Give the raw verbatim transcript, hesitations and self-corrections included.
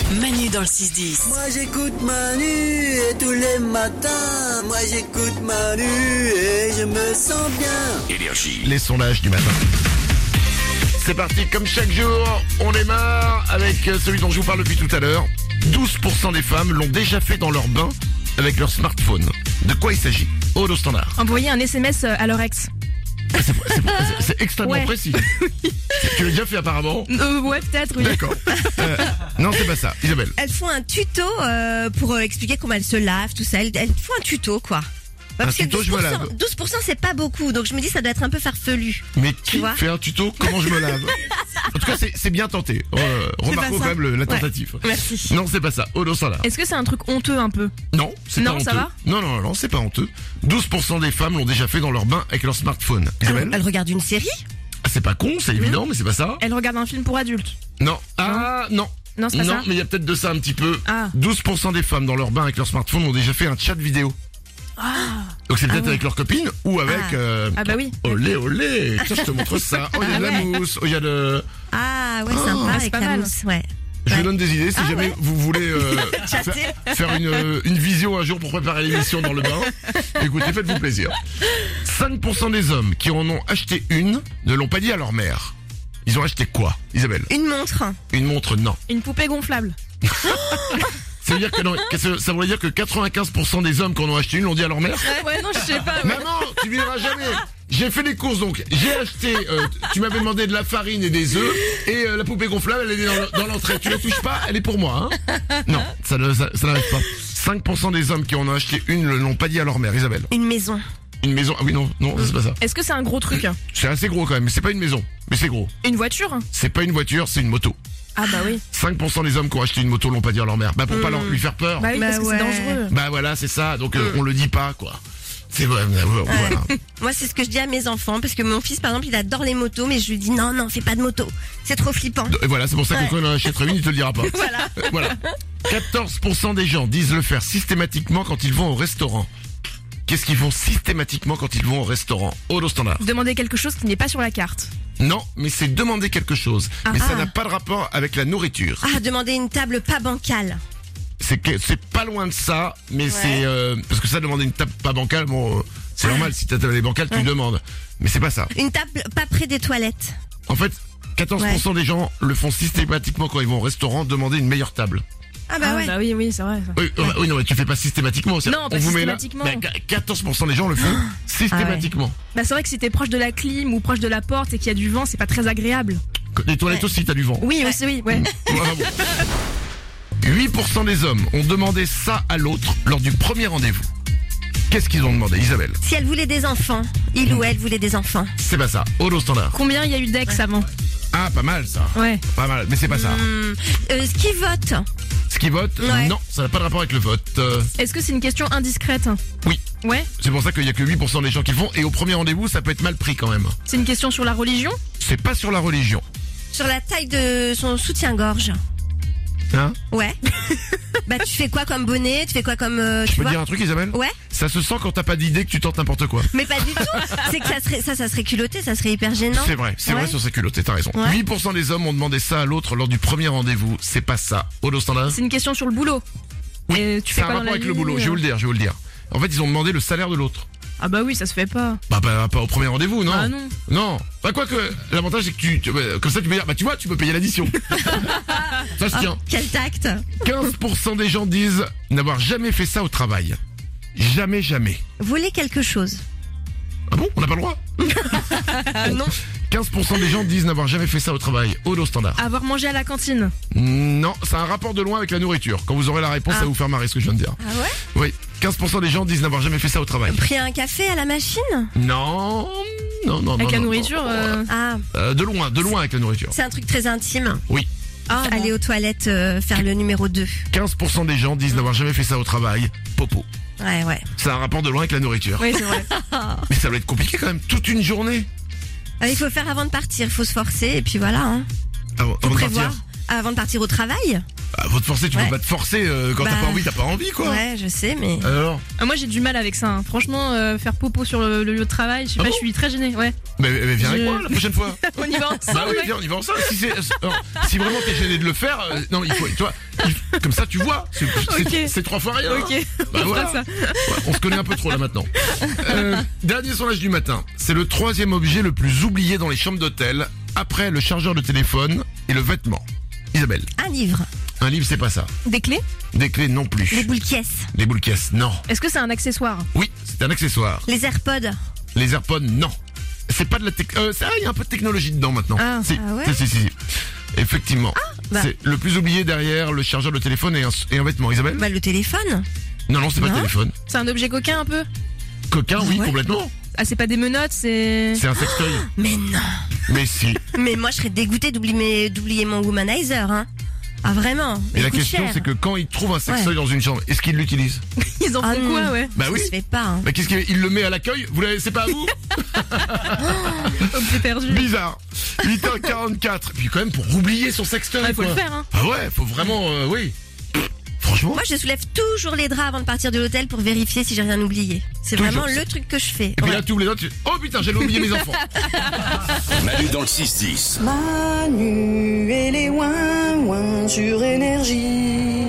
Manu dans le six dix. Moi j'écoute Manu et tous les matins. Moi j'écoute Manu et je me sens bien. Énergie. Les sondages du matin. C'est parti, comme chaque jour, on démarre avec celui dont je vous parle depuis tout à l'heure. douze pour cent des femmes l'ont déjà fait dans leur bain avec leur smartphone. De quoi il s'agit? Au standard. Envoyer un S M S à leur ex. Ah, c'est, c'est, c'est, c'est extrêmement Ouais. précis. Tu l'as déjà fait apparemment? Euh, ouais, peut-être, oui. D'accord. Euh, non, c'est pas ça. Isabelle. Elles font un tuto euh, pour euh, expliquer comment elles se lavent, tout ça. Elles, elles font un tuto, quoi. Ouais, parce que tuto, je me lave. douze pour cent c'est pas beaucoup, donc je me dis ça doit être un peu farfelu. Mais qui vois fait un tuto comment je me lave? En tout cas, c'est, c'est bien tenté. Euh, remarquons pas ça. quand même le- la Ouais. tentative. Merci. Non, c'est pas ça. Au standard. Est-ce que c'est un truc honteux un peu? Non, c'est Non, pas ça honteux. va Non, non, non, non, c'est pas honteux. douze pour cent des femmes l'ont déjà fait dans leur bain avec leur smartphone. Isabelle? Elle, elle regarde une série. Ah, c'est pas con, c'est évident, mais c'est pas ça. Elle regarde un film pour adultes. Non. Ah, non. Non, c'est pas non, ça. mais il y a peut-être de ça un petit peu. Ah. douze pour cent des femmes dans leur bain avec leur smartphone ont déjà fait un chat vidéo. Donc c'est peut-être ouais. avec leur copine ou avec... Ah. euh, Ah bah oui. Olé, olé. Tiens, je te montre ça. Oh, il y a de la Ah ouais. mousse. Oh, il y a de... Ah ouais, Oh, sympa c'est avec pas la mal. mousse, ouais. Je vous Ouais. donne des idées si Ah jamais ouais. vous voulez euh, Chatter. faire, faire une, euh, une visio un jour pour préparer l'émission dans le bain. Écoutez, faites-vous plaisir. cinq pour cent des hommes qui en ont acheté une ne l'ont pas dit à leur mère. Ils ont acheté quoi, Isabelle? Une montre. Une montre, non. Une poupée gonflable. Ça veut dire que non, que ça ça voudrait dire que quatre-vingt-quinze pour cent des hommes qui en ont acheté une l'ont dit à leur mère? Ouais, non, je sais pas. ouais. Maman, tu verras jamais. J'ai fait les courses donc. J'ai acheté. euh, tu m'avais demandé de la farine et des œufs et euh, la poupée gonflable, elle est dans, dans l'entrée. Tu la touches pas, elle est pour moi. Hein non, ça ne ça, ça n'arrive pas. cinq pour cent des hommes qui en ont acheté une ne l'ont pas dit à leur mère. Isabelle. Une maison. Une maison. Ah oui non non, c'est pas ça. Est-ce que c'est un gros truc? C'est assez gros quand même. Mais c'est pas une maison. Mais c'est gros. Une voiture? C'est pas une voiture, c'est une moto. Ah bah oui. cinq pour cent des hommes qui ont acheté une moto l'ont pas dit à leur mère. Bah pour pas leur, lui faire peur. Bah oui, parce Bah que ouais. c'est dangereux. Bah voilà, c'est ça. Donc euh, on le dit pas quoi. C'est vrai. bah, Voilà. Moi, c'est ce que je dis à mes enfants, parce que mon fils, par exemple, il adore les motos, mais je lui dis non, non, fais pas de moto. C'est trop flippant. Et voilà, c'est pour ça que Ouais. quand on en achètera une, il te le dira pas. Voilà. Euh, voilà. quatorze pour cent des gens disent le faire systématiquement quand ils vont au restaurant. Qu'est-ce qu'ils font systématiquement quand ils vont au restaurant? Au standard. Demander quelque chose qui n'est pas sur la carte. Non, mais c'est demander quelque chose. Ah. mais ça Ah. n'a pas de rapport avec la nourriture. Ah, demander une table pas bancale. C'est que c'est pas loin de ça, mais c'est euh, parce que ça demander une table pas bancale, bon, euh, c'est normal. Si t'as les bancales, tu Ouais. demandes. Mais c'est pas ça. Une table pas près des toilettes. En fait, quatorze pour cent des gens le font systématiquement quand ils vont au restaurant, demander une meilleure table. Ah bah Ah ouais. bah oui, oui, c'est vrai. ça. Oui, euh, oui, non, mais tu fais pas systématiquement. c'est- Non, on pas vous met là. systématiquement. Bah, quatorze pour cent des gens le font systématiquement. Bah c'est vrai que si t'es proche de la clim ou proche de la porte et qu'il y a du vent, c'est pas très agréable. Les toilettes Ouais. aussi, t'as du vent. Oui, aussi, oui, ouais. Voilà, bon. huit pour cent des hommes ont demandé ça à l'autre lors du premier rendez-vous. Qu'est-ce qu'ils ont demandé, Isabelle? Si elle voulait des enfants, il ou elle voulait des enfants. C'est pas ça. Holo standard. Combien il y a eu d'ex avant? Ah, pas mal ça. Ouais. Pas mal, mais c'est pas ça. Hum, euh, ce qui vote. Ce qui vote? Ouais. Non, ça n'a pas de rapport avec le vote. Euh, Est-ce que c'est une question indiscrète? oui. Ouais. C'est pour ça qu'il y a que huit pour cent des gens qui le font. Et au premier rendez-vous, ça peut être mal pris quand même. C'est une question sur la religion? C'est pas sur la religion. Sur la taille de son soutien-gorge. Hein? Ouais. Bah tu fais quoi comme bonnet? Tu fais quoi comme... euh, Je tu peux vois dire un truc, Isabelle? Ouais. Ça se sent quand t'as pas d'idée que tu tentes n'importe quoi. Mais pas du tout. C'est que ça serait, ça, ça serait culotté, ça serait hyper gênant. C'est vrai, c'est Ouais. vrai sur sa culotte, t'as raison. Ouais. huit pour cent des hommes ont demandé ça à l'autre lors du premier rendez-vous. C'est pas ça. Holo standard? C'est une question sur le boulot. Oui, Et tu c'est fais un quoi dans rapport la avec le vie, boulot, je vais vous le dire, je vais vous le dire. En fait, ils ont demandé le salaire de l'autre. Ah bah oui, ça se fait pas. Bah, bah, pas au premier rendez-vous, non? Ah non. Non. Bah, quoi que, l'avantage, c'est que tu, tu- bah, comme ça, tu peux dire, bah, tu vois, tu peux payer l'addition. Ça se tient. Quel tact. quinze pour cent des gens disent n'avoir jamais fait ça au travail. Jamais, jamais. Voler quelque chose. Ah bon? On n'a pas le droit? Ah non. quinze pour cent des gens disent n'avoir jamais fait ça au travail. Holo standard. Avoir mangé à la cantine. Non, ça a un rapport de loin avec la nourriture. Quand vous aurez la réponse, Ah. ça va vous faire marrer ce que je viens de dire. Ah ouais? Oui. quinze pour cent des gens disent n'avoir jamais fait ça au travail. Pris un café à la machine? Non, non, non, Avec non, la non, nourriture, non. euh, Ah, Euh, de loin, de loin avec la nourriture. c'est un truc très intime. Oui. Ah, bon. Aller aux toilettes, euh, faire le numéro deux. quinze pour cent des gens disent n'avoir jamais fait ça au travail. Popo. Ouais, ouais. Ça a un rapport de loin avec la nourriture. Oui, c'est vrai. Mais ça doit être compliqué quand même, toute une journée. Ah, il faut faire avant de partir, il faut se forcer, et puis voilà. Hein. Avant, Faut avant de prévoir. partir. Avant de partir au travail? Ah, faut te forcer, tu Ouais. peux pas te forcer euh, quand Bah, t'as pas envie, t'as pas envie quoi. Ouais, je sais, mais. Alors Ah, moi j'ai du mal avec ça. hein. Franchement, euh, faire popo sur le, le lieu de travail, je sais Ah pas, bon je suis très gênée. Ouais. mais, mais viens avec Je- moi la prochaine fois. On y va ensemble. Bah oui, ouais. viens, on y va ensemble. Si, c'est, alors, si vraiment t'es gêné de le faire, euh, non, il faut, tu vois, il- comme ça tu vois, c'est, c'est- Ok. c'est trois fois rien. Ok, Bah on voilà. fera ça. Ouais, on se connaît un peu trop là maintenant. Euh, dernier sondage du matin. C'est le troisième objet le plus oublié dans les chambres d'hôtel, après le chargeur de téléphone et le vêtement. Isabelle, Un livre. un livre c'est pas ça. Des clés. Des clés non plus. Les boules caisses. Les boules caisses, non. Est-ce que c'est un accessoire? Oui, c'est un accessoire. Les AirPods. Les AirPods, non. C'est pas de la tech... Euh, ça, il y a un peu de technologie dedans maintenant. Ah, si, ah ouais si, si, si. Effectivement. bah. C'est le plus oublié derrière le chargeur de téléphone et un, et un vêtement. Isabelle? Bah, le téléphone. Non, non, c'est pas le non. téléphone. C'est un objet coquin un peu? Coquin, oui, ouais. complètement. Ah, c'est pas des menottes, c'est. C'est un sextoy. Mais non. Mais si. Mais moi, je serais dégoûtée d'oublier, mes- d'oublier mon womanizer, hein. Ah, vraiment. Et Il la coûte question, cher. c'est que quand il trouve un sextoy Ouais. dans une chambre, est-ce qu'il l'utilise? Ils en Ah font non. quoi, ouais? Bah Ça oui. se fait pas, hein. Bah qu'est-ce qu'il il le met à l'accueil? Vous l'avez, c'est pas à vous? Objet perdu. Bizarre. huit heures quarante-quatre. Puis quand même pour oublier son sextoy. Ouais, faut quoi. le faire, hein. Ah ouais, faut vraiment, euh, oui. Franchement. Moi, je soulève toujours les draps avant de partir de l'hôtel pour vérifier si j'ai rien oublié. C'est Toujours. vraiment le truc que je fais. Et puis Ouais. là, tu ouvres les autres, tu... Oh putain, j'allais oublier mes enfants. Manu dans le six dix. Manu et les ouin ouin sur énergie.